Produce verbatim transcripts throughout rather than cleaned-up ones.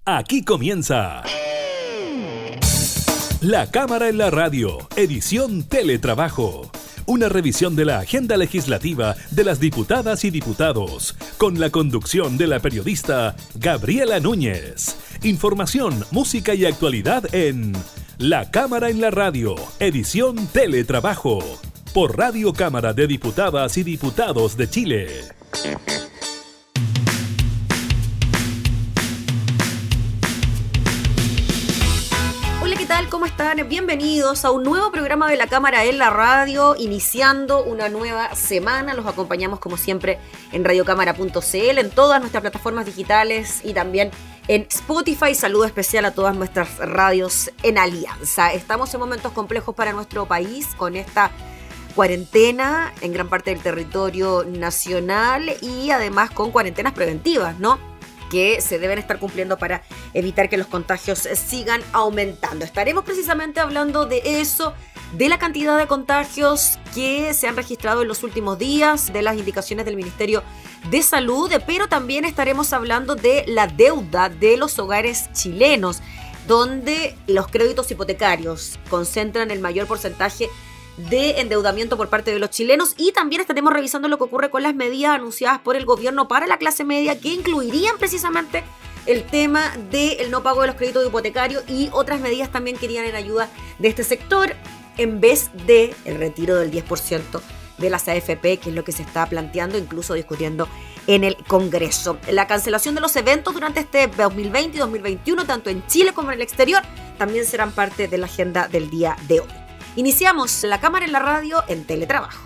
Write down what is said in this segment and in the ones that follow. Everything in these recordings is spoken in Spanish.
Aquí comienza La Cámara en la Radio, edición Teletrabajo. Una revisión de la agenda legislativa de las diputadas y diputados, con la conducción de la periodista Gabriela Núñez. Información, música y actualidad en La Cámara en la Radio, edición Teletrabajo, por Radio Cámara de Diputadas y Diputados de Chile. ¿Cómo están? Bienvenidos a un nuevo programa de La Cámara en la Radio, iniciando una nueva semana. Los acompañamos como siempre en radiocámara punto c l, en todas nuestras plataformas digitales y también en Spotify. Saludo especial a todas nuestras radios en alianza. Estamos en momentos complejos para nuestro país con esta cuarentena en gran parte del territorio nacional y además con cuarentenas preventivas, ¿no?, que se deben estar cumpliendo para evitar que los contagios sigan aumentando. Estaremos precisamente hablando de eso, de la cantidad de contagios que se han registrado en los últimos días, de las indicaciones del Ministerio de Salud, pero también estaremos hablando de la deuda de los hogares chilenos, donde los créditos hipotecarios concentran el mayor porcentaje de endeudamiento por parte de los chilenos, y también estaremos revisando lo que ocurre con las medidas anunciadas por el gobierno para la clase media, que incluirían precisamente el tema del no pago de los créditos hipotecarios y otras medidas también que irían en ayuda de este sector, en vez de el retiro del diez por ciento de las A F P, que es lo que se está planteando, incluso discutiendo en el Congreso. La cancelación de los eventos durante este dos mil veinte y dos mil veintiuno, tanto en Chile como en el exterior, también serán parte de la agenda del día de hoy. Iniciamos La Cámara en la Radio en Teletrabajo.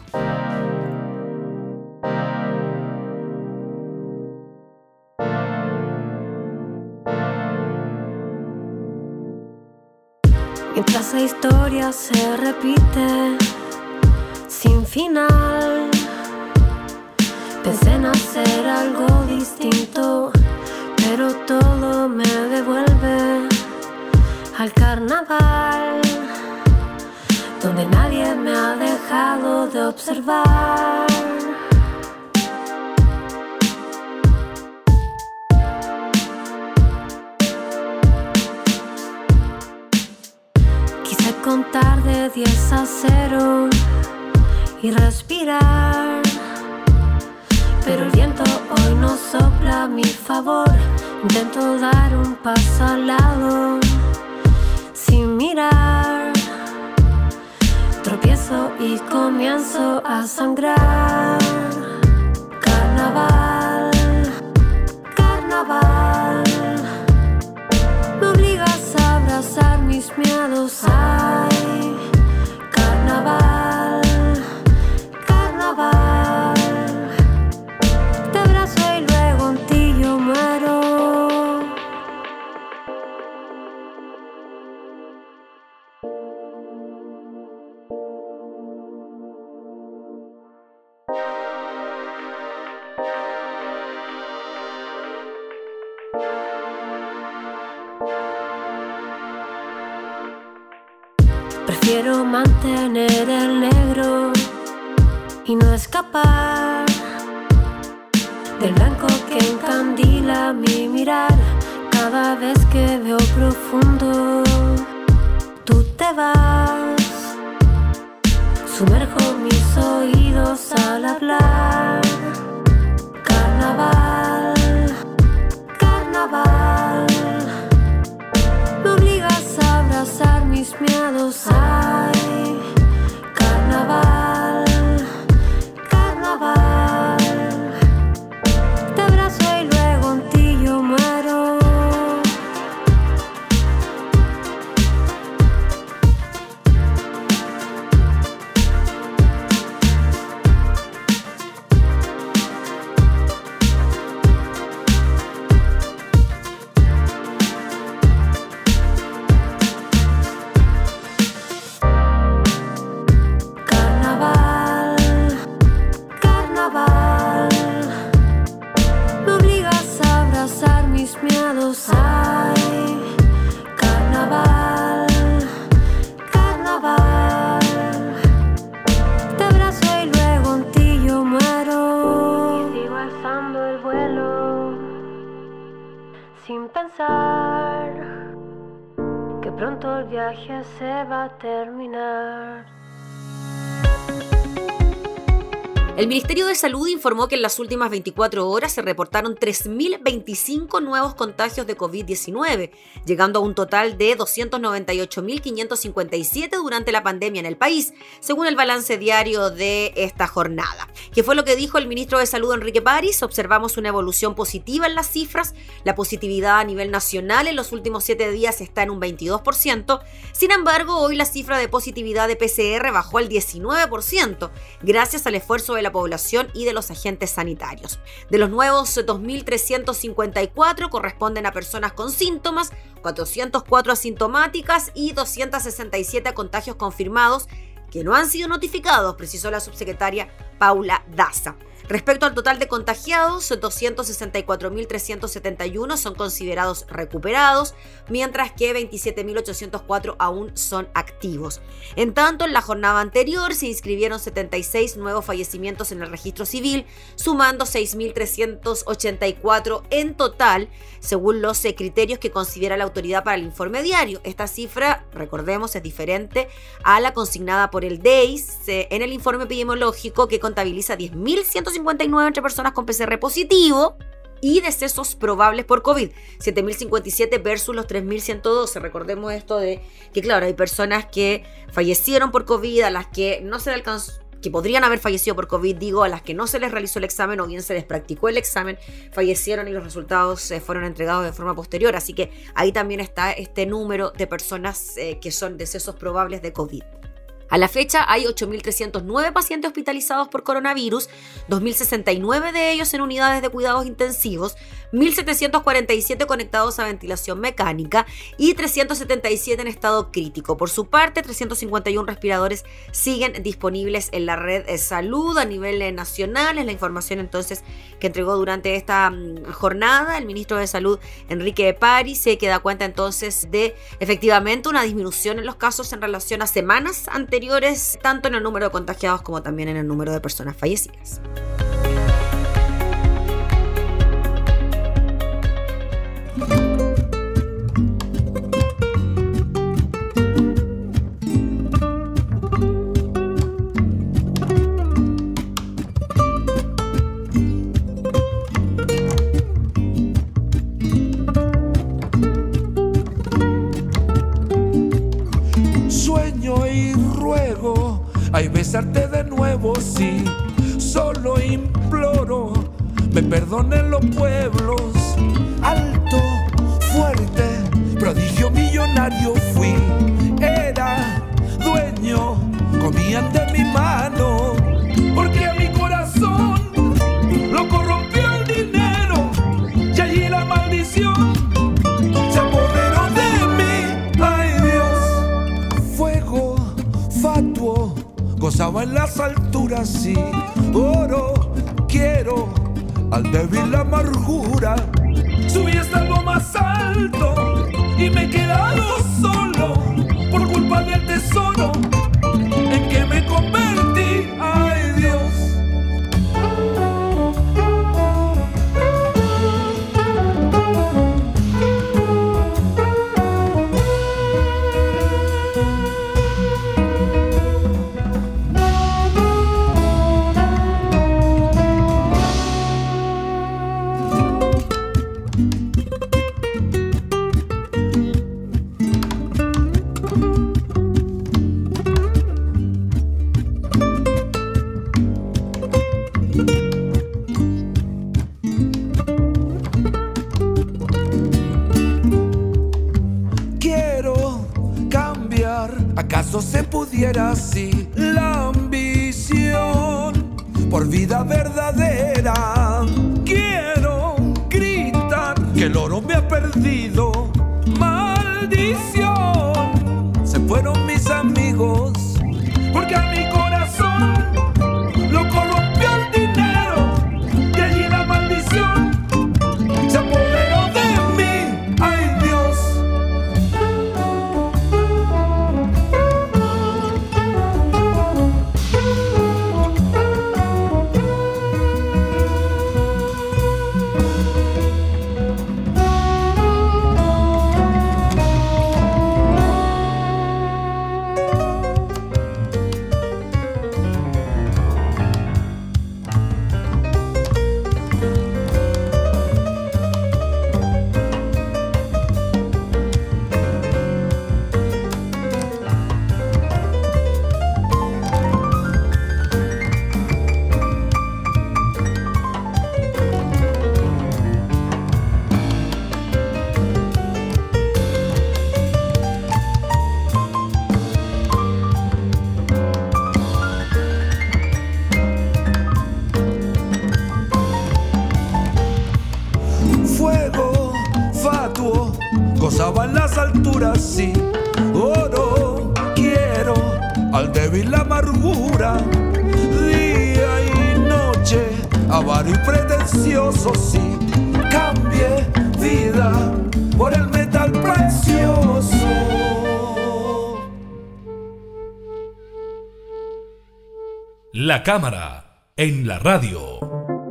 Mientras la historia se repite sin final, pensé en hacer algo distinto, pero todo me devuelve al carnaval, donde nadie me ha dejado de observar. Quise contar de diez a cero y respirar, pero el viento hoy no sopla a mi favor. Intento dar un paso al lado sin mirar, tropiezo y comienzo a sangrar. Carnaval, carnaval, me obligas a abrazar mis miedos. Ay, carnaval, carnaval, te abrazo y luego en ti yo muero. Prefiero mantener el negro y no escapar del blanco que encandila mi mirar. Cada vez que veo profundo, tú te vas. Sumerjo mis oídos al hablar. Carnaval, carnaval, me obligas a abrazar mis miedos. Ay, carnaval, carnaval, te abrazo y luego en ti yo muero. respirar, que pronto el viaje se va a terminar. El Ministerio de Salud informó que en las últimas veinticuatro horas se reportaron tres mil veinticinco nuevos contagios de covid diecinueve, llegando a un total de doscientos noventa y ocho mil quinientos cincuenta y siete durante la pandemia en el país, según el balance diario de esta jornada. ¿Qué fue lo que dijo el ministro de Salud, Enrique París? Observamos una evolución positiva en las cifras. La positividad a nivel nacional en los últimos siete días está en un veintidós por ciento. Sin embargo, hoy la cifra de positividad de P C R bajó al diecinueve por ciento, gracias al esfuerzo de la población y de los agentes sanitarios. De los nuevos dos mil trescientos cincuenta y cuatro corresponden a personas con síntomas, cuatrocientos cuatro asintomáticas y doscientos sesenta y siete contagios confirmados que no han sido notificados, precisó la subsecretaria Paula Daza. Respecto al total de contagiados, doscientos sesenta y cuatro mil trescientos setenta y uno son considerados recuperados, mientras que veintisiete mil ochocientos cuatro aún son activos. En tanto, en la jornada anterior se inscribieron setenta y seis nuevos fallecimientos en el registro civil, sumando seis mil trescientos ochenta y cuatro en total, según los criterios que considera la autoridad para el informe diario. Esta cifra, recordemos, es diferente a la consignada por el D E I S en el informe epidemiológico, que contabiliza diez mil ciento cincuenta y nueve entre personas con P C R positivo y decesos probables por COVID, siete mil cincuenta y siete versus los tres mil ciento doce. Recordemos esto de que, claro, hay personas que fallecieron por COVID, a las que no se le alcanzó, que podrían haber fallecido por COVID, digo, a las que no se les realizó el examen o bien se les practicó el examen, fallecieron y los resultados eh, fueron entregados de forma posterior. Así que ahí también está este número de personas eh, que son decesos probables de COVID. A la fecha hay ocho mil trescientos nueve pacientes hospitalizados por coronavirus, dos mil sesenta y nueve de ellos en unidades de cuidados intensivos, mil setecientos cuarenta y siete conectados a ventilación mecánica y trescientos setenta y siete en estado crítico. Por su parte, trescientos cincuenta y uno respiradores siguen disponibles en la red de salud a nivel nacional. Es la información entonces que entregó durante esta jornada el ministro de Salud, Enrique París, que da cuenta entonces de efectivamente una disminución en los casos en relación a semanas anteriores, tanto en el número de contagiados como también en el número de personas fallecidas. Ay, besarte de nuevo, sí, solo imploro, me perdonen los pueblos. Alto, fuerte, prodigio millonario fui, era dueño, comían de mi mano, porque a mi corazón lo corrompió el dinero, y allí la maldición se apoderó de mí. Ay, Dios, fuego fatuo, gozaba en las alturas, sí, oro, quiero, al débil la amargura, subí hasta lo más alto y me he quedado solo por culpa del tesoro en que me convertí. Ay, Dios. ¿Acaso se pudiera así la ambición por vida verdadera? Quiero gritar que el oro me ha perdido. Maldición, se fueron mis amigos, porque a mi corazón lo corrompió el dinero, y allí la maldición se apoderó de mí. Ay, Dios. gozaba en las alturas, sí. Oro quiero, al débil la amargura, día y noche, avaro y pretencioso, sí. Cambie vida por el metal precioso. La cámara en la radio.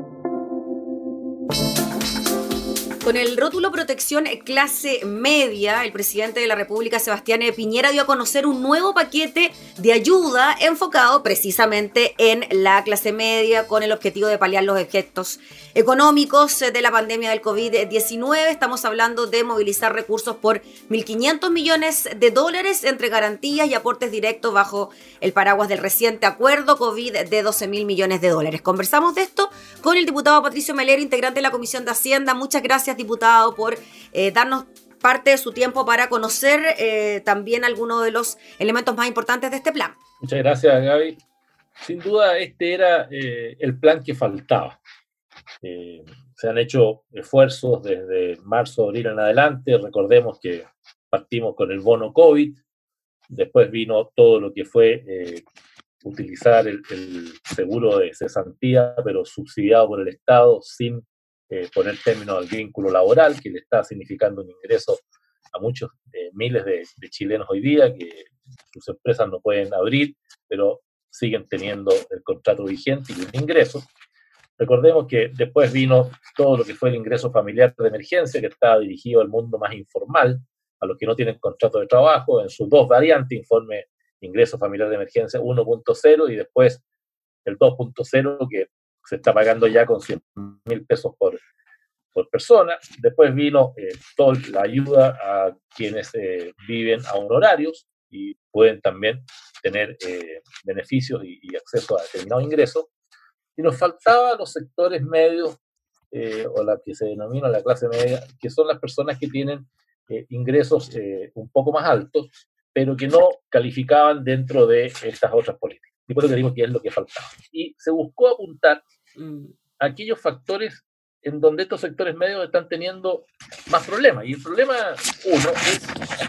Con el rótulo Protección Clase Media, el presidente de la República, Sebastián Piñera, dio a conocer un nuevo paquete de ayuda enfocado precisamente en la clase media, con el objetivo de paliar los efectos económicos de la pandemia del covid diecinueve. Estamos hablando de movilizar recursos por mil quinientos millones de dólares entre garantías y aportes directos bajo el paraguas del reciente acuerdo COVID de doce mil millones de dólares. Conversamos de esto con el diputado Patricio Melero, integrante de la Comisión de Hacienda. Muchas gracias, diputado, por eh, darnos parte de su tiempo para conocer eh, también algunos de los elementos más importantes de este plan. Muchas gracias, Gaby. Sin duda, este era eh, el plan que faltaba. Eh, se han hecho esfuerzos desde marzo, abril en adelante. Recordemos que partimos con el bono COVID, después vino todo lo que fue eh, utilizar el, el seguro de cesantía, pero subsidiado por el Estado, sin Eh, poner término al vínculo laboral, que le está significando un ingreso a muchos eh, miles de, de chilenos hoy día, que sus empresas no pueden abrir, pero siguen teniendo el contrato vigente y un ingreso. Recordemos que después vino todo lo que fue el ingreso familiar de emergencia, que estaba dirigido al mundo más informal, a los que no tienen contrato de trabajo, en sus dos variantes, informe ingreso familiar de emergencia uno punto cero y después el dos punto cero, que se está pagando ya con cien mil pesos por, por persona. Después vino eh, toda la ayuda a quienes eh, viven a honorarios y pueden también tener eh, beneficios y, y acceso a determinados ingresos. Y nos faltaba los sectores medios, eh, o la que se denomina la clase media, que son las personas que tienen eh, ingresos eh, un poco más altos, pero que no calificaban dentro de estas otras políticas. Y por eso digo que es lo que faltaba. Y se buscó apuntar a aquellos factores en donde estos sectores medios están teniendo más problemas. Y el problema, uno, es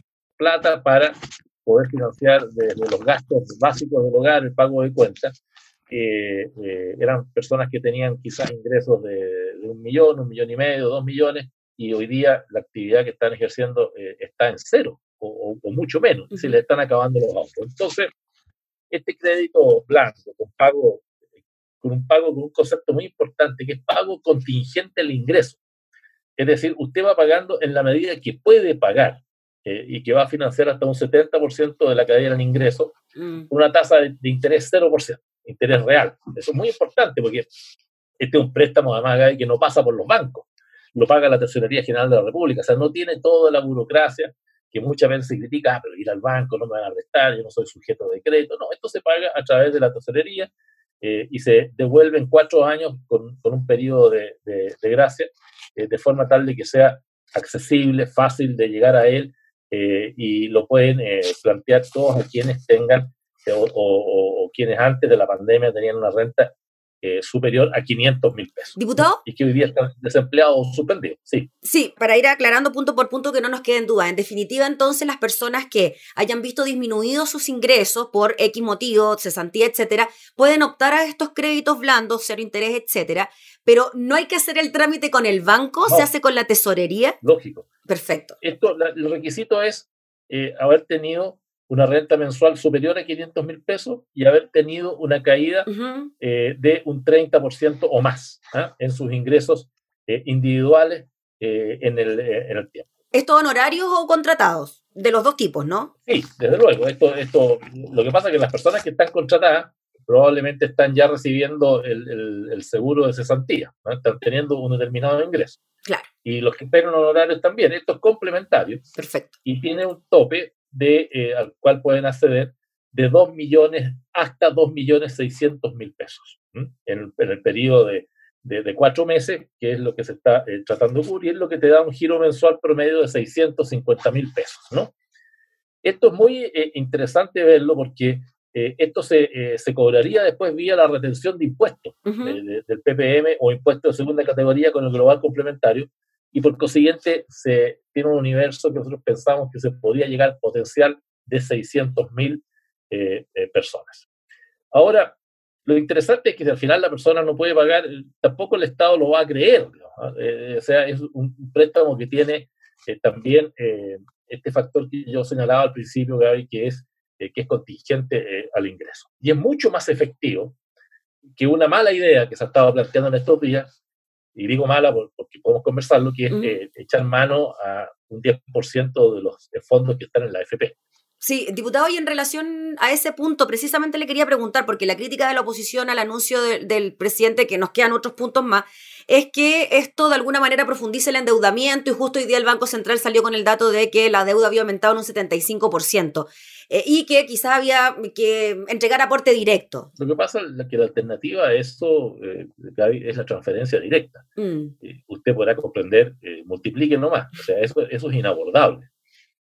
plata para poder financiar desde los gastos básicos del hogar, el pago de cuentas. Eh, eh, eran personas que tenían quizás ingresos de, de un millón, un millón y medio, dos millones, y hoy día la actividad que están ejerciendo eh, está en cero, o, o, o mucho menos, uh-huh. Se les están acabando los ahorros. Entonces, este crédito blanco, con pago, con un pago con un concepto muy importante, que es pago contingente al ingreso. Es decir, usted va pagando en la medida que puede pagar eh, y que va a financiar hasta un setenta por ciento de la caída del ingreso, mm. una tasa de, de interés cero por ciento, interés real. Eso es muy importante porque este es un préstamo, además, que no pasa por los bancos, lo paga la Tesorería General de la República, o sea, no tiene toda la burocracia que muchas veces se critica, ah, pero ir al banco no me van a prestar, yo no soy sujeto de crédito. No, esto se paga a través de la tesorería eh, y se devuelve en cuatro años con, con un periodo de, de, de gracia, eh, de forma tal de que sea accesible, fácil de llegar a él eh, y lo pueden eh, plantear todos a quienes tengan eh, o, o, o quienes antes de la pandemia tenían una renta Eh, superior a quinientos mil pesos. ¿Diputado? Y que hoy día están desempleados o suspendidos, sí. Sí, para ir aclarando punto por punto que no nos queden dudas. En definitiva, entonces, las personas que hayan visto disminuidos sus ingresos por X motivo, cesantía, etcétera, pueden optar a estos créditos blandos, cero interés, etcétera, pero no hay que hacer el trámite con el banco, no. Se hace con la tesorería. Lógico. Perfecto. Esto, la, el requisito es eh, haber tenido una renta mensual superior a quinientos mil pesos y haber tenido una caída uh-huh. eh, de un treinta por ciento o más ¿eh? en sus ingresos eh, individuales eh, en, el, eh, en el tiempo. ¿Estos honorarios o contratados? De los dos tipos, ¿no? Sí, desde luego. Esto, esto, lo que pasa es que las personas que están contratadas probablemente están ya recibiendo el, el, el seguro de cesantía, ¿no? Están teniendo un determinado ingreso. Claro. Y los que tienen honorarios también. Esto es complementario. Perfecto. Y tiene un tope de, eh, al cual pueden acceder de dos millones hasta dos millones seiscientos mil pesos ¿sí? en, el, en el periodo de, de, de cuatro meses, que es lo que se está eh, tratando de cubrir, lo que te da un giro mensual promedio de seiscientos cincuenta mil pesos, ¿no? Esto es muy eh, interesante verlo porque eh, esto se, eh, se cobraría después vía la retención de impuestos uh-huh. de, de, del P P M o impuesto de segunda categoría con el global complementario, y por consiguiente se tiene un universo que nosotros pensamos que se podría llegar al potencial de seiscientas mil eh, eh, personas. Ahora, lo interesante es que si al final la persona no puede pagar, tampoco el Estado lo va a creer, ¿no? Eh, o sea, es un préstamo que tiene eh, también eh, este factor que yo señalaba al principio, Gaby, que es, eh, que es contingente eh, al ingreso. Y es mucho más efectivo que una mala idea que se ha estado planteando en estos días, y digo mala porque podemos conversarlo, que es uh-huh. eh, echar mano a un diez por ciento de los fondos que están en la A F P. Sí, diputado, y en relación a ese punto, precisamente le quería preguntar, porque la crítica de la oposición al anuncio de, del presidente, que nos quedan otros puntos más, es que esto de alguna manera profundice el endeudamiento, y justo hoy día el Banco Central salió con el dato de que la deuda había aumentado en un setenta y cinco por ciento, eh, y que quizás había que entregar aporte directo. Lo que pasa es que la alternativa a eso eh, es la transferencia directa. Mm. Eh, usted podrá comprender, eh, multiplique nomás, o sea, eso, eso es inabordable.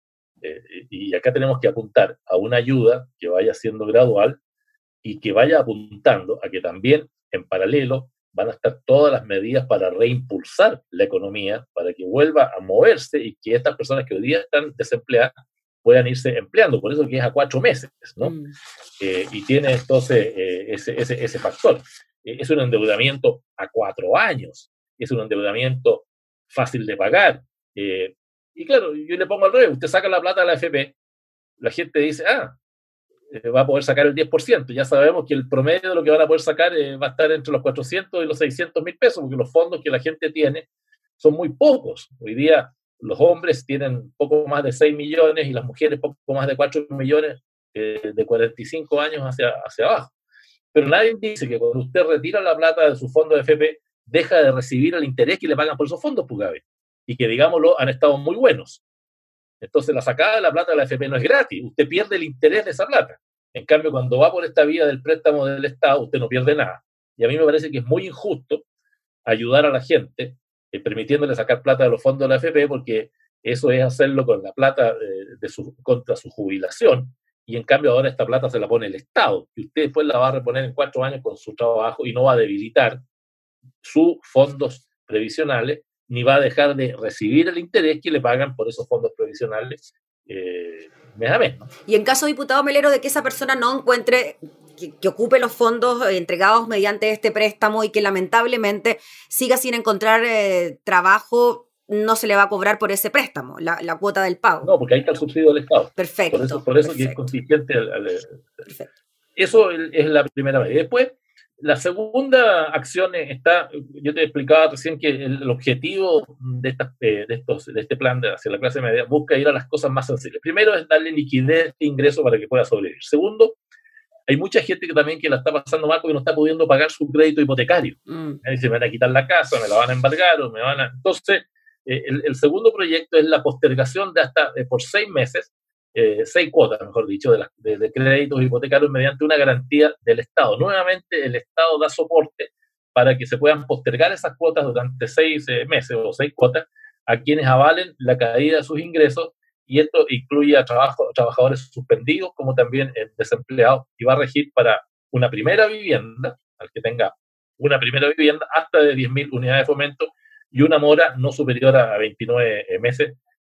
Eh, y acá tenemos que apuntar a una ayuda que vaya siendo gradual y que vaya apuntando a que también en paralelo van a estar todas las medidas para reimpulsar la economía, para que vuelva a moverse y que estas personas que hoy día están desempleadas puedan irse empleando. Por eso que es a cuatro meses, ¿no? Mm. Eh, y tiene entonces eh, ese, ese, ese factor. Eh, es un endeudamiento a cuatro años, es un endeudamiento fácil de pagar. Eh, Y claro, yo le pongo al revés, usted saca la plata de la A F P, la gente dice, ah, eh, va a poder sacar el diez por ciento, ya sabemos que el promedio de lo que van a poder sacar eh, va a estar entre los cuatrocientos y los seiscientos mil pesos, porque los fondos que la gente tiene son muy pocos. Hoy día los hombres tienen poco más de seis millones y las mujeres poco más de cuatro millones eh, de cuarenta y cinco años hacia, hacia abajo. Pero nadie dice que cuando usted retira la plata de su fondo de A F P, deja de recibir el interés que le pagan por esos fondos, Pugabe. Y que, digámoslo, han estado muy buenos. Entonces, la sacada de la plata de la A F P no es gratis, usted pierde el interés de esa plata. En cambio, cuando va por esta vía del préstamo del Estado, usted no pierde nada. Y a mí me parece que es muy injusto ayudar a la gente eh, permitiéndole sacar plata de los fondos de la A F P, porque eso es hacerlo con la plata eh, de su, contra su jubilación, y en cambio ahora esta plata se la pone el Estado, y usted después la va a reponer en cuatro años con su trabajo y no va a debilitar sus fondos previsionales, ni va a dejar de recibir el interés que le pagan por esos fondos previsionales eh, mes a mes, ¿no? Y en caso, diputado Melero, de que esa persona no encuentre, que, que ocupe los fondos entregados mediante este préstamo y que lamentablemente siga sin encontrar eh, trabajo, no se le va a cobrar por ese préstamo, la, la cuota del pago. No, porque ahí está el subsidio del Estado. Perfecto. Por eso, por eso perfecto. que es contingente al, al, perfecto. Eso es la primera vez. Y después, la segunda acción está, yo te explicaba recién que el, el objetivo de, estas, de, estos, de este plan de hacia la clase media busca ir a las cosas más sensibles. Primero es darle liquidez e ingreso para que pueda sobrevivir. Segundo, hay mucha gente que también que la está pasando mal porque no está pudiendo pagar su crédito hipotecario. Mm. Se me van a quitar la casa, me la van a embargar o me van a... Entonces, eh, el, el segundo proyecto es la postergación de hasta eh, por seis meses, Eh, seis cuotas, mejor dicho, de, la, de, de créditos hipotecarios mediante una garantía del Estado. Nuevamente, el Estado da soporte para que se puedan postergar esas cuotas durante seis eh, meses o seis cuotas a quienes avalen la caída de sus ingresos, y esto incluye a trabajo, trabajadores suspendidos como también eh, desempleados, y va a regir para una primera vivienda, al que tenga una primera vivienda, hasta de diez mil unidades de fomento y una mora no superior a veintinueve meses,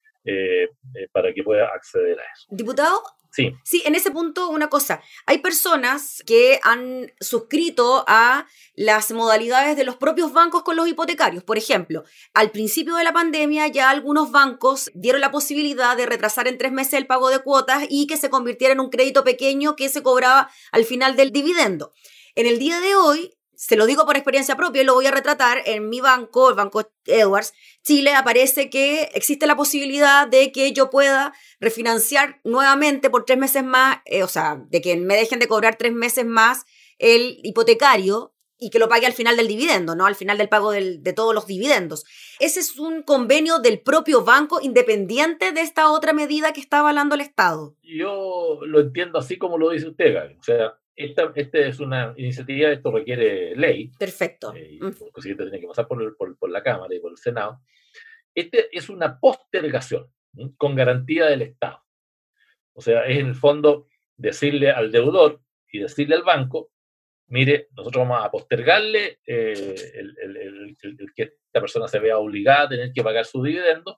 Eh, eh, para que pueda acceder a eso. ¿Diputado? Sí. Sí, en ese punto una cosa. Hay personas que han suscrito a las modalidades de los propios bancos con los hipotecarios. Por ejemplo, al principio de la pandemia ya algunos bancos dieron la posibilidad de retrasar en tres meses el pago de cuotas y que se convirtiera en un crédito pequeño que se cobraba al final del dividendo. En el día de hoy, se lo digo por experiencia propia y lo voy a retratar, en mi banco, el Banco Edwards Chile, aparece que existe la posibilidad de que yo pueda refinanciar nuevamente por tres meses más, eh, o sea, de que me dejen de cobrar tres meses más el hipotecario y que lo pague al final del dividendo, ¿no? Al final del pago del, de todos los dividendos. Ese es un convenio del propio banco independiente de esta otra medida que está avalando el Estado. Yo lo entiendo así como lo dice usted, Gaby. O sea, Esta, esta es una iniciativa, esto requiere ley. Perfecto. Eh, y por consiguiente tiene que pasar por, el, por, por la Cámara y por el Senado. Este es una postergación, ¿sí?, con garantía del Estado. O sea, es en el fondo decirle al deudor y decirle al banco, mire, nosotros vamos a postergarle eh, el, el, el, el, el que esta persona se vea obligada a tener que pagar su dividendo,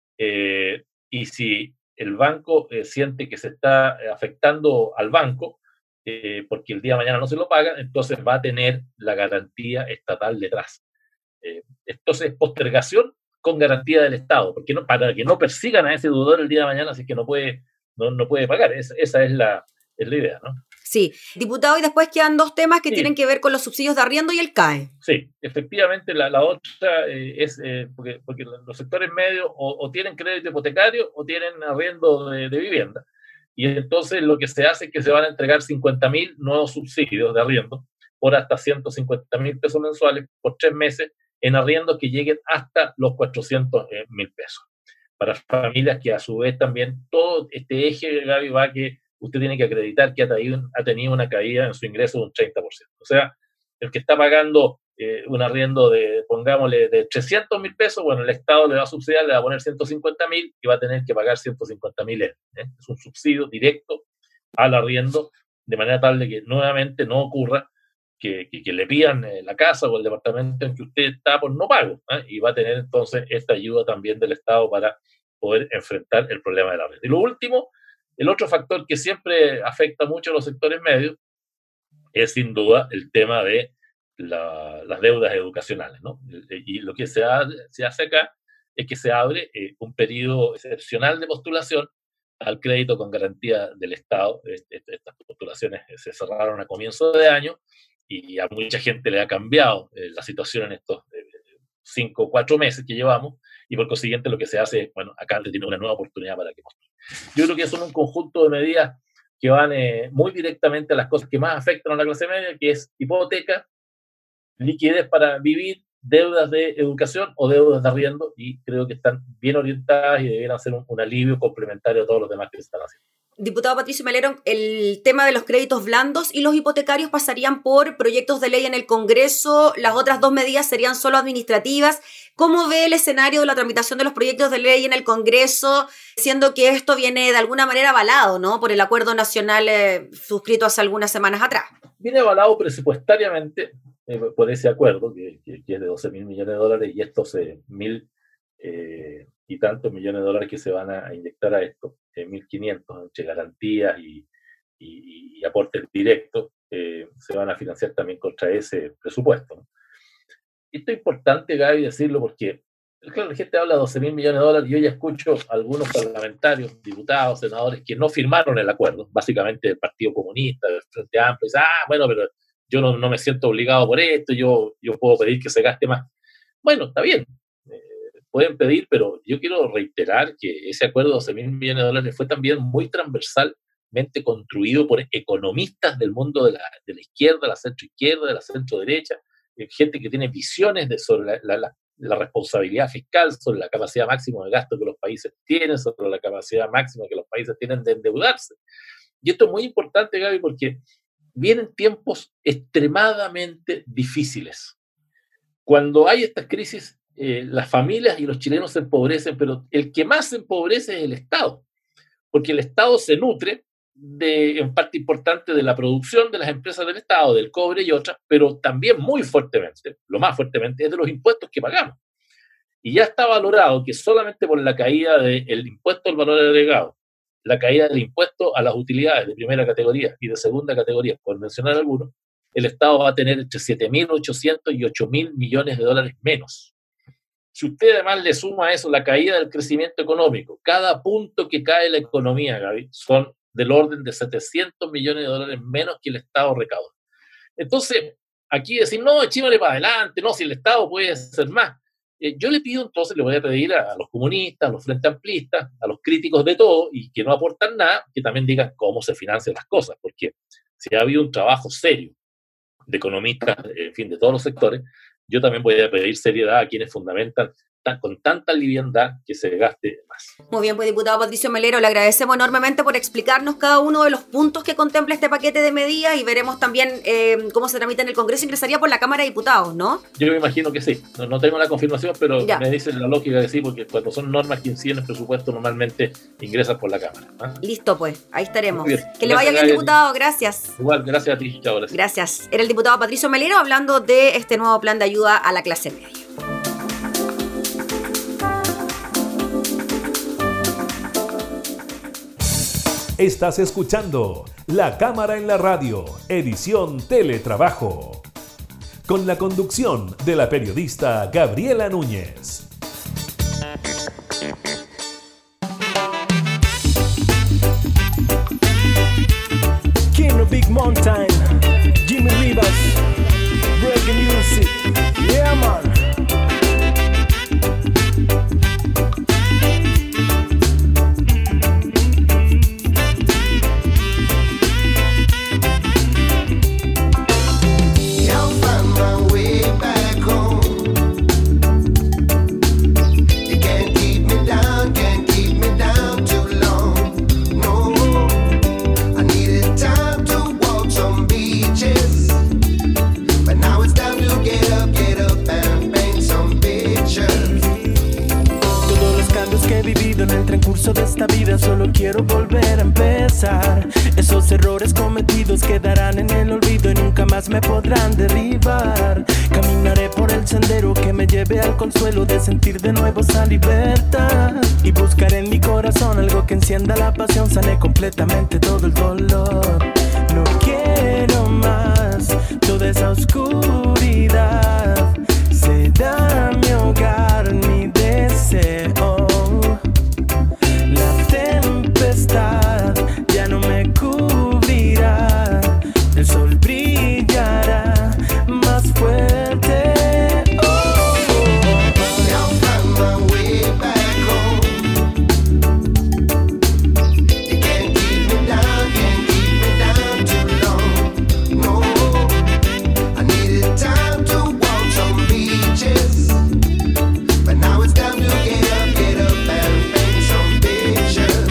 eh, y si el banco eh, siente que se está afectando al banco, eh, porque el día de mañana no se lo pagan, entonces va a tener la garantía estatal detrás. Eh, entonces, postergación con garantía del Estado, porque no, para que no persigan a ese deudor el día de mañana, así que no puede, no, no puede pagar. Es, esa es la, es la idea, ¿no? Sí, diputado, y después quedan dos temas que sí. tienen que ver con los subsidios de arriendo y el C A E. Sí, efectivamente la, la otra eh, es eh, porque, porque los sectores medios o, o tienen crédito hipotecario o tienen arriendo de, de vivienda. Y entonces lo que se hace es que se van a entregar cincuenta mil nuevos subsidios de arriendo por hasta ciento cincuenta mil pesos mensuales por tres meses en arriendos que lleguen hasta los cuatrocientos mil pesos. Para familias que a su vez también todo este eje, Gaby, va que usted tiene que acreditar que ha tenido, ha tenido una caída en su ingreso de un treinta por ciento. O sea, el que está pagando eh, un arriendo de, pongámosle, de trescientos mil pesos, bueno, el Estado le va a subsidiar, le va a poner ciento cincuenta mil y va a tener que pagar ciento cincuenta mil. ¿eh? Es un subsidio directo al arriendo, de manera tal de que nuevamente no ocurra que, que, que le pidan eh, la casa o el departamento en que usted está por no pago, ¿eh? Y va a tener entonces esta ayuda también del Estado para poder enfrentar el problema del arriendo. Y lo último, el otro factor que siempre afecta mucho a los sectores medios es sin duda el tema de la, las deudas educacionales, ¿no? Y lo que se, ha, se hace acá es que se abre eh, un periodo excepcional de postulación al crédito con garantía del Estado. Este, estas postulaciones se cerraron a comienzo de año y a mucha gente le ha cambiado eh, la situación en estos eh, cinco o cuatro meses que llevamos, y por consiguiente lo que se hace es, bueno, acá tiene una nueva oportunidad para que postule. Yo creo que son un conjunto de medidas que van eh, muy directamente a las cosas que más afectan a la clase media, que es hipoteca, liquidez para vivir, deudas de educación o deudas de arriendo, y creo que están bien orientadas y debieran ser un, un alivio complementario a todos los demás que se están haciendo. Diputado Patricio Melero, el tema de los créditos blandos y los hipotecarios pasarían por proyectos de ley en el Congreso, las otras dos medidas serían solo administrativas. ¿Cómo ve el escenario de la tramitación de los proyectos de ley en el Congreso, siendo que esto viene de alguna manera avalado, ¿no?, por el acuerdo nacional eh, suscrito hace algunas semanas atrás? Viene avalado presupuestariamente eh, por ese acuerdo, que, que, que es de doce mil millones de dólares, y estos eh, mil eh, y tantos millones de dólares que se van a, a inyectar a esto, eh, mil quinientos entre garantías y, y, y aportes directos, eh, se van a financiar también contra ese presupuesto, ¿no? Esto es importante, Gaby, decirlo porque, claro, la gente habla de doce mil millones de dólares y yo ya escucho a algunos parlamentarios, diputados, senadores que no firmaron el acuerdo, básicamente del Partido Comunista, del Frente Amplio, y dicen, ah, bueno, pero yo no, no me siento obligado por esto, yo, yo puedo pedir que se gaste más. Bueno, está bien, eh, pueden pedir, pero yo quiero reiterar que ese acuerdo de doce mil millones de dólares fue también muy transversalmente construido por economistas del mundo de la, de la izquierda, la centroizquierda, de la centroderecha, eh, gente que tiene visiones de, sobre la, la, la, la responsabilidad fiscal, sobre la capacidad máxima de gasto que los países tienen, sobre la capacidad máxima que los países tienen de endeudarse. Y esto es muy importante, Gaby, porque vienen tiempos extremadamente difíciles. Cuando hay estas crisis, eh, las familias y los chilenos se empobrecen, pero el que más se empobrece es el Estado, porque el Estado se nutre de, en parte importante, de la producción de las empresas del Estado, del cobre y otras, pero también muy fuertemente, lo más fuertemente, es de los impuestos que pagamos. Y ya está valorado que solamente por la caída del impuesto al valor agregado, la caída del impuesto a las utilidades de primera categoría y de segunda categoría, por mencionar algunos, el Estado va a tener entre siete mil ochocientos y ocho mil millones de dólares menos. Si usted además le suma a eso la caída del crecimiento económico, cada punto que cae la economía, Gaby, son del orden de setecientos millones de dólares menos que el Estado recauda. Entonces, aquí decir, no, echémosle para adelante, no, si el Estado puede hacer más. Eh, yo le pido entonces, le voy a pedir a, a los comunistas, a los frente amplistas, a los críticos de todo y que no aportan nada, que también digan cómo se financian las cosas, porque si ha habido un trabajo serio de economistas, en fin, de todos los sectores, yo también voy a pedir seriedad a quienes fundamentan ta- con tanta liviandad que se gaste más. Muy bien, pues diputado Patricio Melero, le agradecemos enormemente por explicarnos cada uno de los puntos que contempla este paquete de medidas y veremos también eh, cómo se tramita en el Congreso. Ingresaría por la Cámara de Diputados, ¿no? Yo me imagino que sí, no, no tengo la confirmación, pero Ya. me dicen la lógica que sí, porque cuando son normas que inciden en el presupuesto normalmente ingresan por la Cámara. ¿Ah? Listo, pues, ahí estaremos. Muy bien. Que le vaya Gracias, bien, Gaby. diputado, gracias. Igual, gracias a ti, chao. Gracias. Gracias. Era el diputado Patricio Melero hablando de este nuevo plan de ayuda a la clase media. Estás escuchando La Cámara en la Radio, edición Teletrabajo, con la conducción de la periodista Gabriela Núñez. King of Big Mountain, Jimmy Rivas, Breaking Music, yeah man. I'll find my way back home. You can't keep me down, can't keep me down too long. No, I needed time to walk some beaches, but now it's time to get up, get up and paint some pictures. Todos los cambios que he vivido en el transcurso de esta vida, solo quiero volver a empezar. Esos errores cometidos quedarán en el olvido y nunca más me podrán derribar. Caminaré por el sendero que me lleve al consuelo de sentir de nuevo esa libertad. Y buscaré en mi corazón algo que encienda la pasión, sane completamente todo el dolor. No quiero más toda esa oscuridad. Será mi hogar, mi deseo. La tempestad ya no me cubrirá. El sol brillará más fuerte. Oh, I'll find my way back home. You can't keep me down, can't keep me down too long. No, I needed time to walk some beaches, but now it's time to get up, get up and paint some pictures.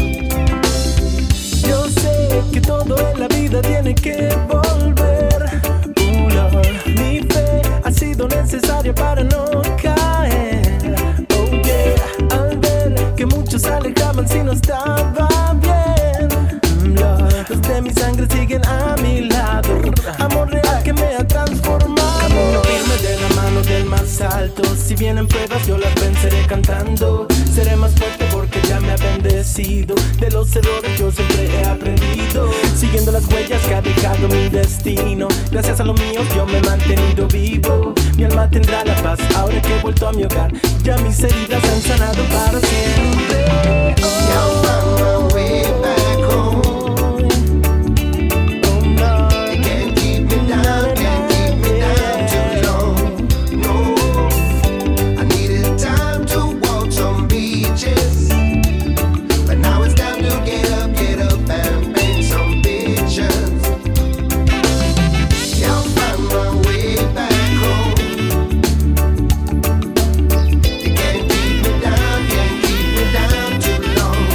yo sé que todo en la vida tiene que volver. Uh, Lord, mi fe ha sido necesaria para no caer. Oh yeah, al ver que muchos se alejaban si no estaba bien. Mm, Lord, los de mi sangre siguen a mi lado. Amor real que me ha transformado. Camino firme de la mano del más alto. Si vienen pruebas yo las venceré cantando. Seré más fuerte porque ya me ha bendecido. De los errores yo siempre he aprendido, siguiendo las huellas que ha dejado mi destino. Gracias a los míos yo me he mantenido vivo. Mi alma tendrá la paz ahora que he vuelto a mi hogar. Ya mis heridas han sanado para siempre. I'll find my way back home. Oh, no. You can't keep me down, can't keep me down too long. No, I needed time to walk some beaches, but now it's time to get up, get up and paint some pictures. I'll find my way back home. You can't keep me down, can't keep me down too long.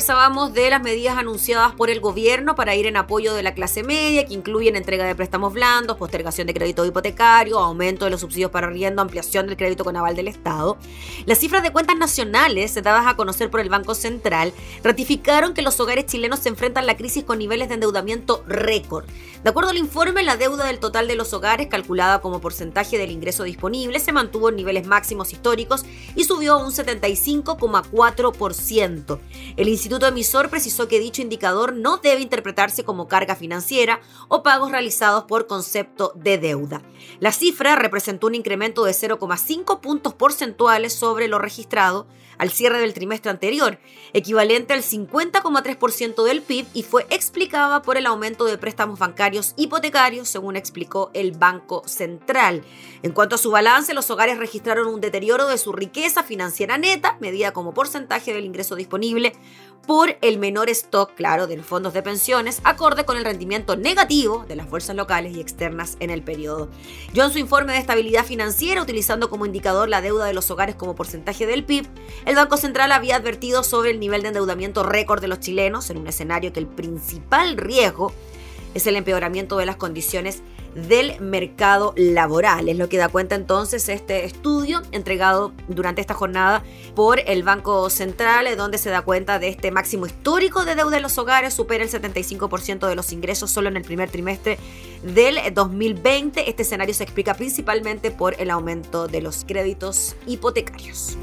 conversábamos de las medidas anunciadas por el gobierno para ir en apoyo de la clase media, que incluyen entrega de préstamos blandos, postergación de crédito hipotecario, aumento de los subsidios para arriendo, ampliación del crédito con aval del Estado. Las cifras de cuentas nacionales, dadas a conocer por el Banco Central, ratificaron que los hogares chilenos se enfrentan a la crisis con niveles de endeudamiento récord. De acuerdo al informe, la deuda del total de los hogares, calculada como porcentaje del ingreso disponible, se mantuvo en niveles máximos históricos y subió a un setenta y cinco coma cuatro por ciento. El instituto emisor precisó que dicho indicador no debe interpretarse como carga financiera o pagos realizados por concepto de deuda. La cifra representó un incremento de cero coma cinco puntos porcentuales sobre lo registrado al cierre del trimestre anterior, equivalente al cincuenta coma tres por ciento del P I B, y fue explicada por el aumento de préstamos bancarios hipotecarios, según explicó el Banco Central. En cuanto a su balance, los hogares registraron un deterioro de su riqueza financiera neta, medida como porcentaje del ingreso disponible, por el menor stock, claro, de los fondos de pensiones, acorde con el rendimiento negativo de las bolsas locales y externas en el periodo. Yo en su informe de estabilidad financiera, utilizando como indicador la deuda de los hogares como porcentaje del P I B, el Banco Central había advertido sobre el nivel de endeudamiento récord de los chilenos en un escenario que el principal riesgo es el empeoramiento de las condiciones del mercado laboral. Es lo que da cuenta entonces este estudio entregado durante esta jornada por el Banco Central, donde se da cuenta de este máximo histórico de deuda de los hogares, supera el setenta y cinco por ciento de los ingresos solo en el primer trimestre del dos mil veinte. Este escenario se explica principalmente por el aumento de los créditos hipotecarios.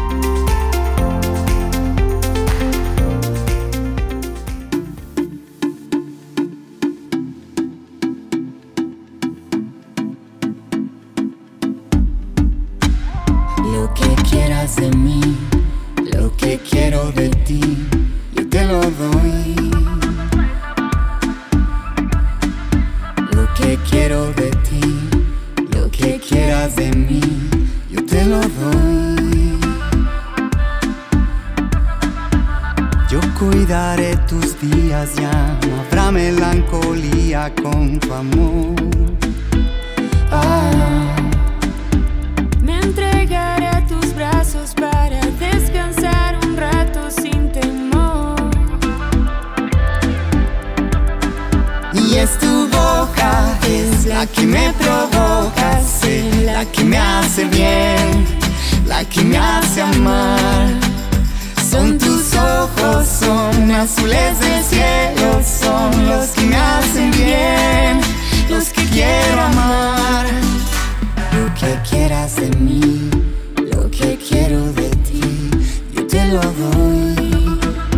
Lo que quieras de mí, lo que quiero de ti, yo te lo doy. Lo que quiero de ti, lo que quieras de mí, yo te lo doy. Yo cuidaré tus días, ya no habrá melancolía con tu amor. Ah. Me entregaré a tus brazos para descansar un rato sin temor. Y es tu boca, es la que me provoca, sí, la que me hace bien, la que me hace amar. Son tus ojos, son azules del cielo, son los que me hacen bien, los que quiero amar. Lo que quieras de mí, lo que quiero de ti, yo te lo doy.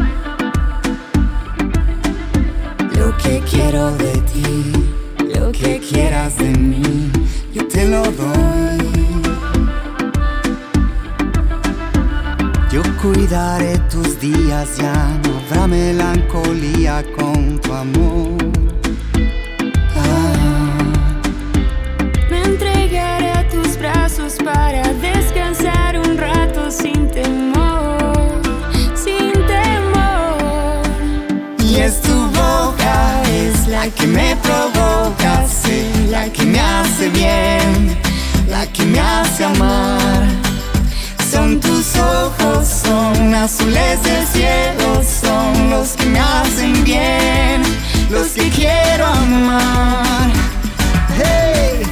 Lo que quiero de ti, lo que quieras de mí, yo te lo doy. Yo cuidaré tus días, ya no habrá melancolía con tu amor. Para descansar un rato sin temor, sin temor. Y es tu boca, es la que me provoca, sí, la que me hace bien, la que me hace amar. Son tus ojos, son azules del cielo, son los que me hacen bien, los que quiero amar. Hey.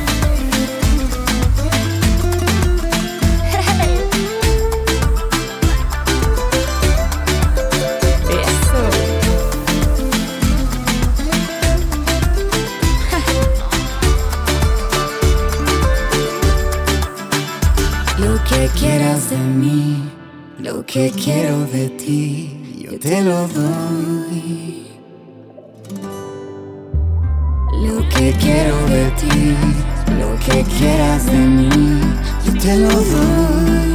Lo que quieras de mí, lo que quiero de ti, yo te lo doy. Lo que quiero de ti, lo que quieras de mí, yo te lo doy.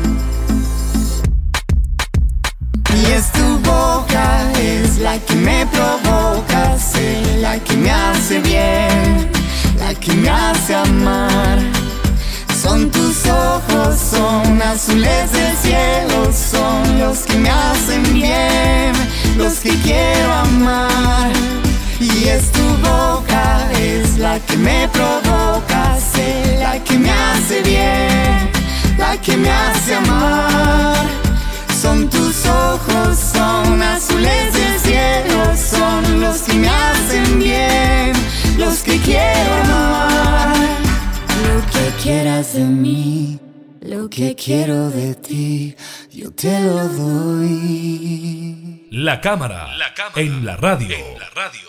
Y es tu boca, es la que me provoca, sí, la que me hace bien, la que me hace amar. Son tus ojos, son azules del cielo, son los que me hacen bien, los que quiero amar. Y es tu boca, es la que me provoca, sí, la que me hace bien, la que me hace amar. Son tus ojos, son azules del cielo, son los que me hacen bien, los que quiero amar. Lo que quieras de mí, lo que quiero de ti, yo te lo doy. La cámara, la cámara en la radio. En la radio.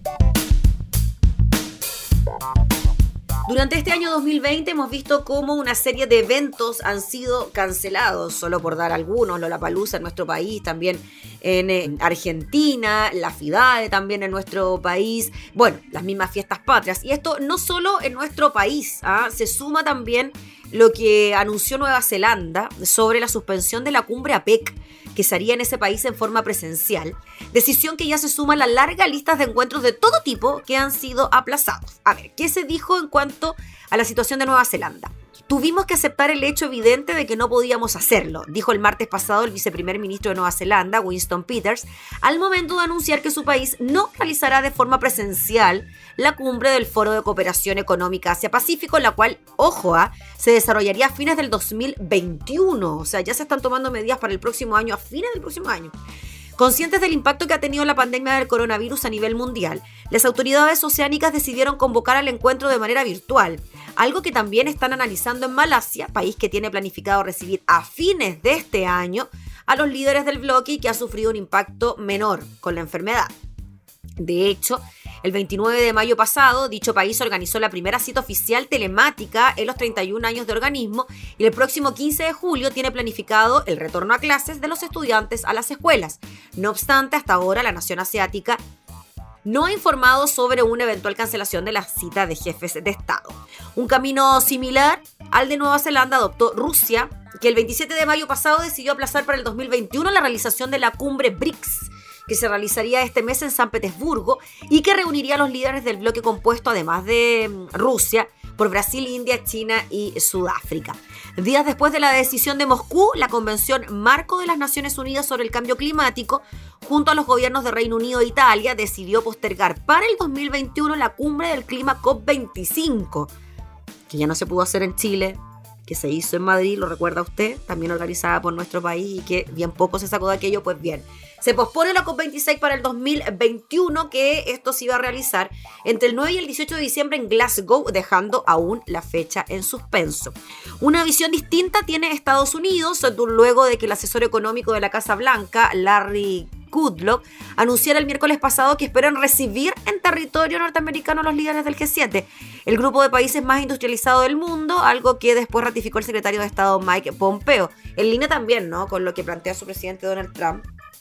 Durante este año dos mil veinte hemos visto cómo una serie de eventos han sido cancelados, solo por dar algunos, Lollapalooza en nuestro país, también en, en Argentina, la FIDAE también en nuestro país, bueno, las mismas fiestas patrias. Y esto no solo en nuestro país, ¿ah? Se suma también lo que anunció Nueva Zelanda sobre la suspensión de la cumbre APEC, que se haría en ese país en forma presencial, decisión que ya se suma a la larga lista de encuentros de todo tipo que han sido aplazados. A ver, ¿qué se dijo en cuanto a la situación de Nueva Zelanda? Tuvimos que aceptar el hecho evidente de que no podíamos hacerlo, dijo el martes pasado el viceprimer ministro de Nueva Zelanda, Winston Peters, al momento de anunciar que su país no realizará de forma presencial la cumbre del Foro de Cooperación Económica Asia-Pacífico, la cual, ojo, ¿eh? se desarrollaría a fines del dos mil veintiuno. O sea, ya se están tomando medidas para el próximo año, a fines del próximo año. Conscientes del impacto que ha tenido la pandemia del coronavirus a nivel mundial, las autoridades oceánicas decidieron convocar al encuentro de manera virtual, algo que también están analizando en Malasia, país que tiene planificado recibir a fines de este año a los líderes del bloque y que ha sufrido un impacto menor con la enfermedad. De hecho, el veintinueve de mayo pasado, dicho país organizó la primera cita oficial telemática en los treinta y un años de organismo y el próximo quince de julio tiene planificado el retorno a clases de los estudiantes a las escuelas. No obstante, hasta ahora la nación asiática no ha informado sobre una eventual cancelación de la cita de jefes de Estado. Un camino similar al de Nueva Zelanda adoptó Rusia, que el veintisiete de mayo pasado decidió aplazar para el dos mil veintiuno la realización de la cumbre BRICS, que se realizaría este mes en San Petersburgo y que reuniría a los líderes del bloque compuesto, además de Rusia, por Brasil, India, China y Sudáfrica. Días después de la decisión de Moscú, la Convención Marco de las Naciones Unidas sobre el Cambio Climático, junto a los gobiernos de Reino Unido e Italia, decidió postergar para el dos mil veintiuno la cumbre del clima COP veinticinco, que ya no se pudo hacer en Chile, que se hizo en Madrid, lo recuerda usted, también organizada por nuestro país y que bien poco se sacó de aquello. Pues bien, se pospone la COP veintiséis para el dos mil veintiuno, que esto se iba a realizar entre el nueve y el dieciocho de diciembre en Glasgow, dejando aún la fecha en suspenso. Una visión distinta tiene Estados Unidos, luego de que el asesor económico de la Casa Blanca, Larry Kudlow, anunciara el miércoles pasado que esperan recibir en territorio norteamericano a los líderes del G siete, el grupo de países más industrializado del mundo, algo que después ratificó el secretario de Estado Mike Pompeo, en línea también, ¿no?, con lo que plantea su presidente Donald Trump,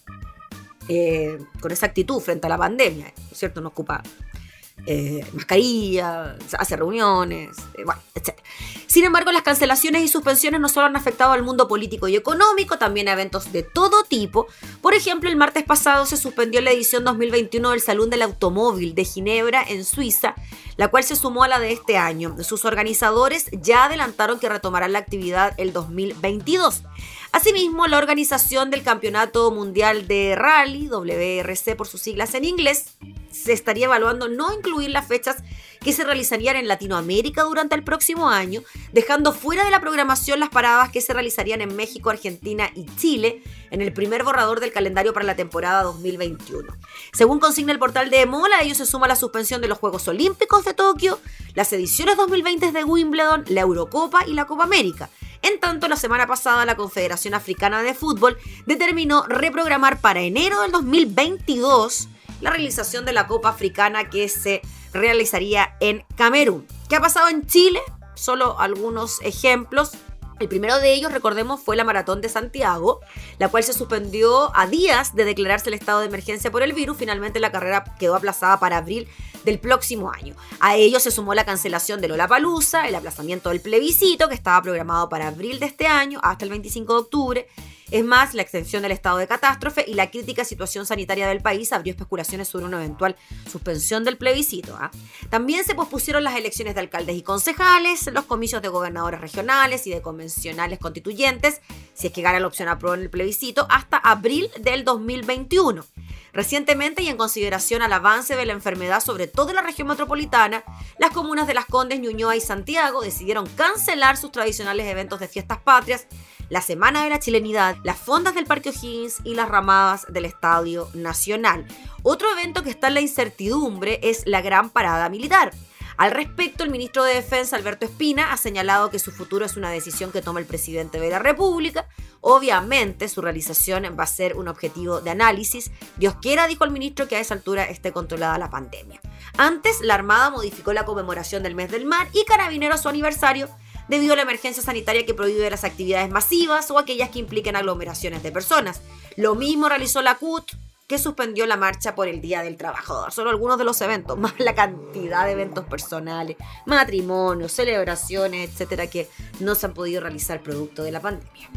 eh, con esa actitud frente a la pandemia, ¿no es cierto? No ocupa eh, mascarilla, hace reuniones, eh, bueno, etcétera. Sin embargo, las cancelaciones y suspensiones no solo han afectado al mundo político y económico, también a eventos de todo tipo. Por ejemplo, el martes pasado se suspendió la edición dos mil veintiuno del Salón del Automóvil de Ginebra, en Suiza, la cual se sumó a la de este año. Sus organizadores ya adelantaron que retomarán la actividad el dos mil veintidós. Asimismo, la organización del Campeonato Mundial de Rally, W R C por sus siglas en inglés, se estaría evaluando no incluir las fechas que se realizarían en Latinoamérica durante el próximo año, dejando fuera de la programación las paradas que se realizarían en México, Argentina y Chile en el primer borrador del calendario para la temporada dos mil veintiuno. Según consigna el portal de Emola, a ello se suma la suspensión de los Juegos Olímpicos de Tokio, las ediciones dos mil veinte de Wimbledon, la Eurocopa y la Copa América. En tanto, la semana pasada la Confederación Africana de Fútbol determinó reprogramar para enero del dos mil veintidós la realización de la Copa Africana que se realizaría en Camerún. ¿Qué ha pasado en Chile? Solo algunos ejemplos. El primero de ellos, recordemos, fue la Maratón de Santiago, la cual se suspendió a días de declararse el estado de emergencia por el virus. Finalmente la carrera quedó aplazada para abril del próximo año. A ello se sumó la cancelación de Lollapalooza, el aplazamiento del plebiscito, que estaba programado para abril de este año hasta el veinticinco de octubre. Es más, la extensión del estado de catástrofe y la crítica situación sanitaria del país abrió especulaciones sobre una eventual suspensión del plebiscito. ¿eh? También se pospusieron las elecciones de alcaldes y concejales, los comicios de gobernadores regionales y de convencionales constituyentes, si es que gana la opción aprobada en el plebiscito, hasta abril del dos mil veintiuno. Recientemente, y en consideración al avance de la enfermedad sobre todo en la región metropolitana, las comunas de Las Condes, Ñuñoa y Santiago decidieron cancelar sus tradicionales eventos de fiestas patrias, la Semana de la Chilenidad, las fondas del Parque O'Higgins y las ramadas del Estadio Nacional. Otro evento que está en la incertidumbre es la Gran Parada Militar. Al respecto, el ministro de Defensa, Alberto Espina, ha señalado que su futuro es una decisión que toma el presidente de la República. Obviamente, su realización va a ser un objetivo de análisis. Dios quiera, dijo el ministro, que a esa altura esté controlada la pandemia. Antes, la Armada modificó la conmemoración del mes del mar y Carabineros su aniversario debido a la emergencia sanitaria que prohíbe las actividades masivas o aquellas que impliquen aglomeraciones de personas. Lo mismo realizó la C U T, que suspendió la marcha por el Día del Trabajador. Solo algunos de los eventos, más la cantidad de eventos personales, matrimonios, celebraciones, etcétera, que no se han podido realizar producto de la pandemia.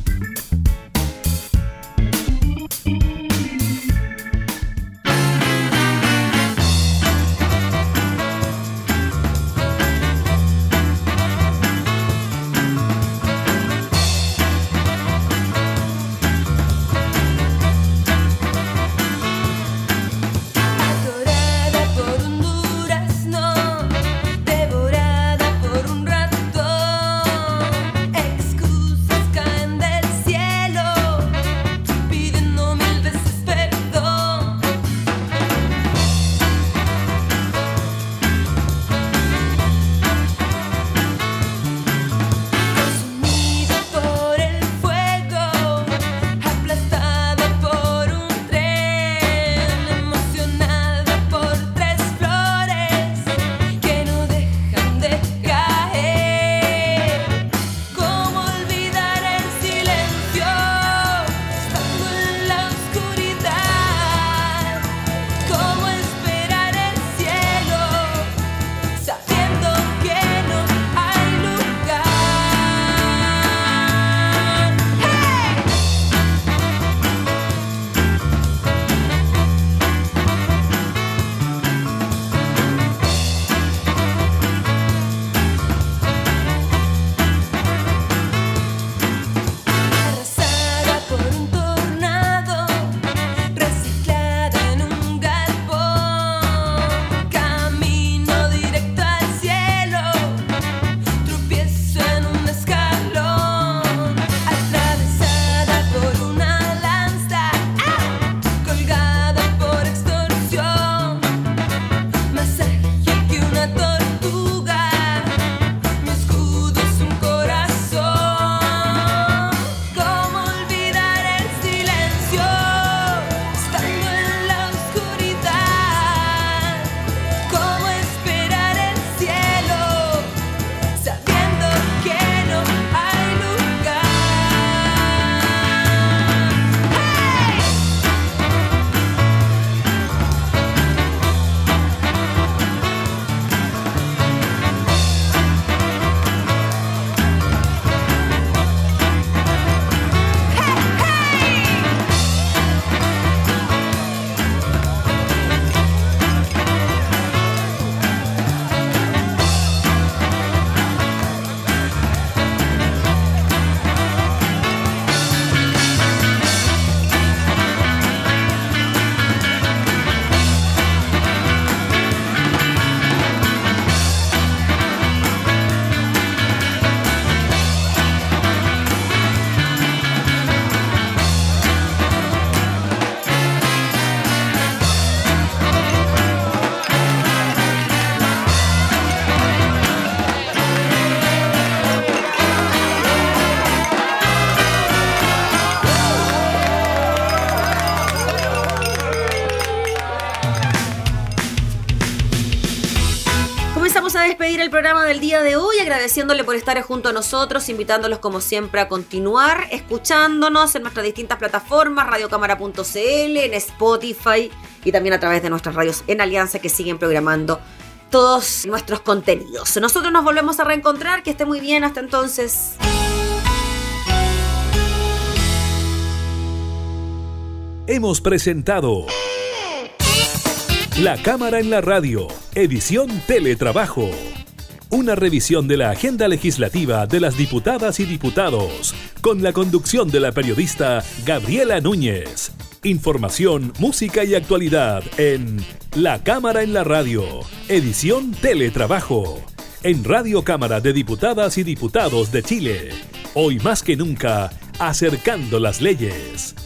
Despedir el programa del día de hoy agradeciéndole por estar junto a nosotros, invitándolos como siempre a continuar escuchándonos en nuestras distintas plataformas, radio cámara punto c l, en Spotify y también a través de nuestras radios en Alianza que siguen programando todos nuestros contenidos. Nosotros nos volvemos a reencontrar, que esté muy bien, hasta entonces. Hemos presentado La Cámara en la Radio, edición Teletrabajo. Una revisión de la agenda legislativa de las diputadas y diputados, con la conducción de la periodista Gabriela Núñez. Información, música y actualidad en La Cámara en la Radio, edición Teletrabajo, en Radio Cámara de Diputadas y Diputados de Chile. Hoy más que nunca, acercando las leyes.